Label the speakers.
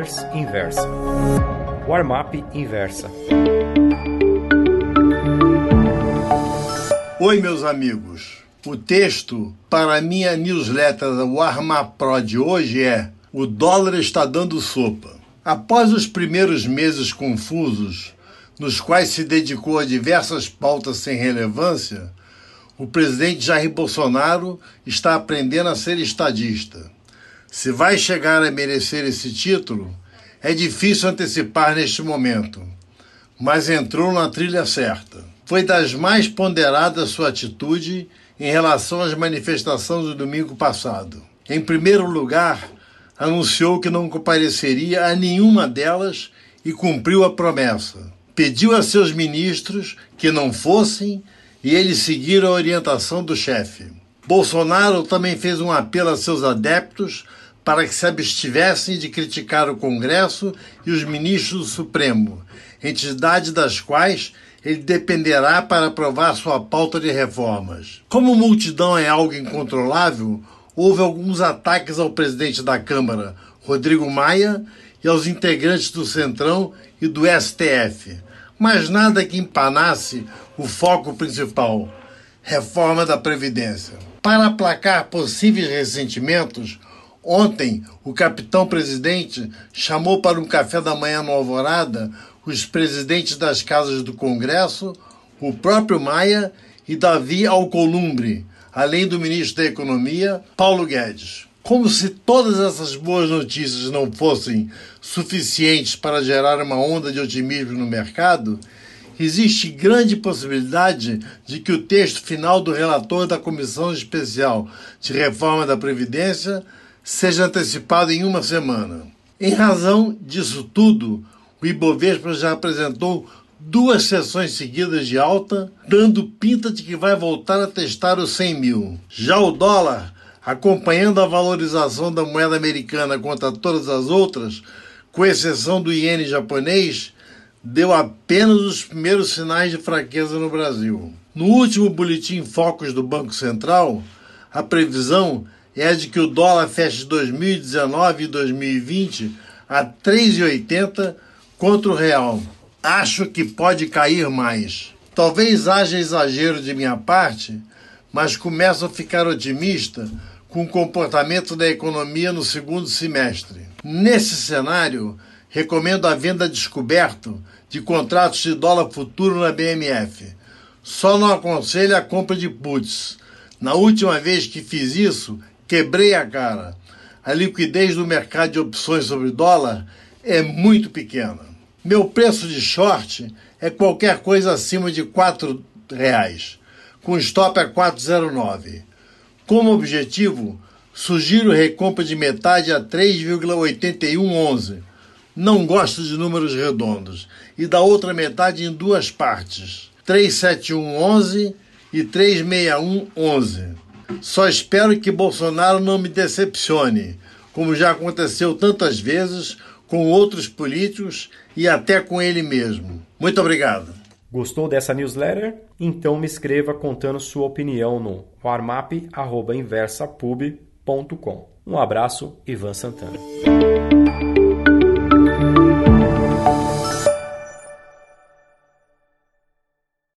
Speaker 1: Newsletters Inversa. Warm-up Inversa.
Speaker 2: Oi, meus amigos. O texto para a minha newsletter da Warm-up Pro de hoje é: o dólar está dando sopa. Após os primeiros meses confusos, nos quais se dedicou a diversas pautas sem relevância, o presidente Jair Bolsonaro está aprendendo a ser estadista. Se vai chegar a merecer esse título, é difícil antecipar neste momento, mas entrou na trilha certa. Foi das mais ponderadas sua atitude em relação às manifestações do domingo passado. Em primeiro lugar, anunciou que não compareceria a nenhuma delas e cumpriu a promessa. Pediu a seus ministros que não fossem e eles seguiram a orientação do chefe. Bolsonaro também fez um apelo a seus adeptos para que se abstivessem de criticar o Congresso e os ministros do Supremo, entidade das quais ele dependerá para aprovar sua pauta de reformas. Como multidão é algo incontrolável, houve alguns ataques ao presidente da Câmara, Rodrigo Maia, e aos integrantes do Centrão e do STF, mas nada que empanasse o foco principal, reforma da Previdência. Para aplacar possíveis ressentimentos, ontem o capitão-presidente chamou para um café da manhã no Alvorada os presidentes das casas do Congresso, o próprio Maia e Davi Alcolumbre, além do ministro da Economia, Paulo Guedes. Como se todas essas boas notícias não fossem suficientes para gerar uma onda de otimismo no mercado, existe grande possibilidade de que o texto final do relator da Comissão Especial de Reforma da Previdência seja antecipado em uma semana. Em razão disso tudo, o Ibovespa já apresentou 2 sessões seguidas de alta, dando pinta de que vai voltar a testar os 100 mil. Já o dólar, acompanhando a valorização da moeda americana contra todas as outras, com exceção do iene japonês, deu apenas os primeiros sinais de fraqueza no Brasil. No último boletim Focus do Banco Central, a previsão é a de que o dólar feche 2019 e 2020 a 3,80 contra o real. Acho que pode cair mais. Talvez haja exagero de minha parte, mas começo a ficar otimista com o comportamento da economia no segundo semestre. Nesse cenário, recomendo a venda descoberto de contratos de dólar futuro na BMF. Só não aconselho a compra de puts. Na última vez que fiz isso, quebrei a cara. A liquidez do mercado de opções sobre dólar é muito pequena. Meu preço de short é qualquer coisa acima de R$4, com stop a 4,09. Como objetivo, sugiro recompra de metade a 3,8111. Não gosto de números redondos. E da outra metade em 2 partes, 3,7111 e 3,6111. Só espero que Bolsonaro não me decepcione, como já aconteceu tantas vezes com outros políticos e até com ele mesmo. Muito obrigado.
Speaker 1: Gostou dessa newsletter? Então me escreva contando sua opinião no warmap@inversapub.com. Um abraço, Ivan Santana.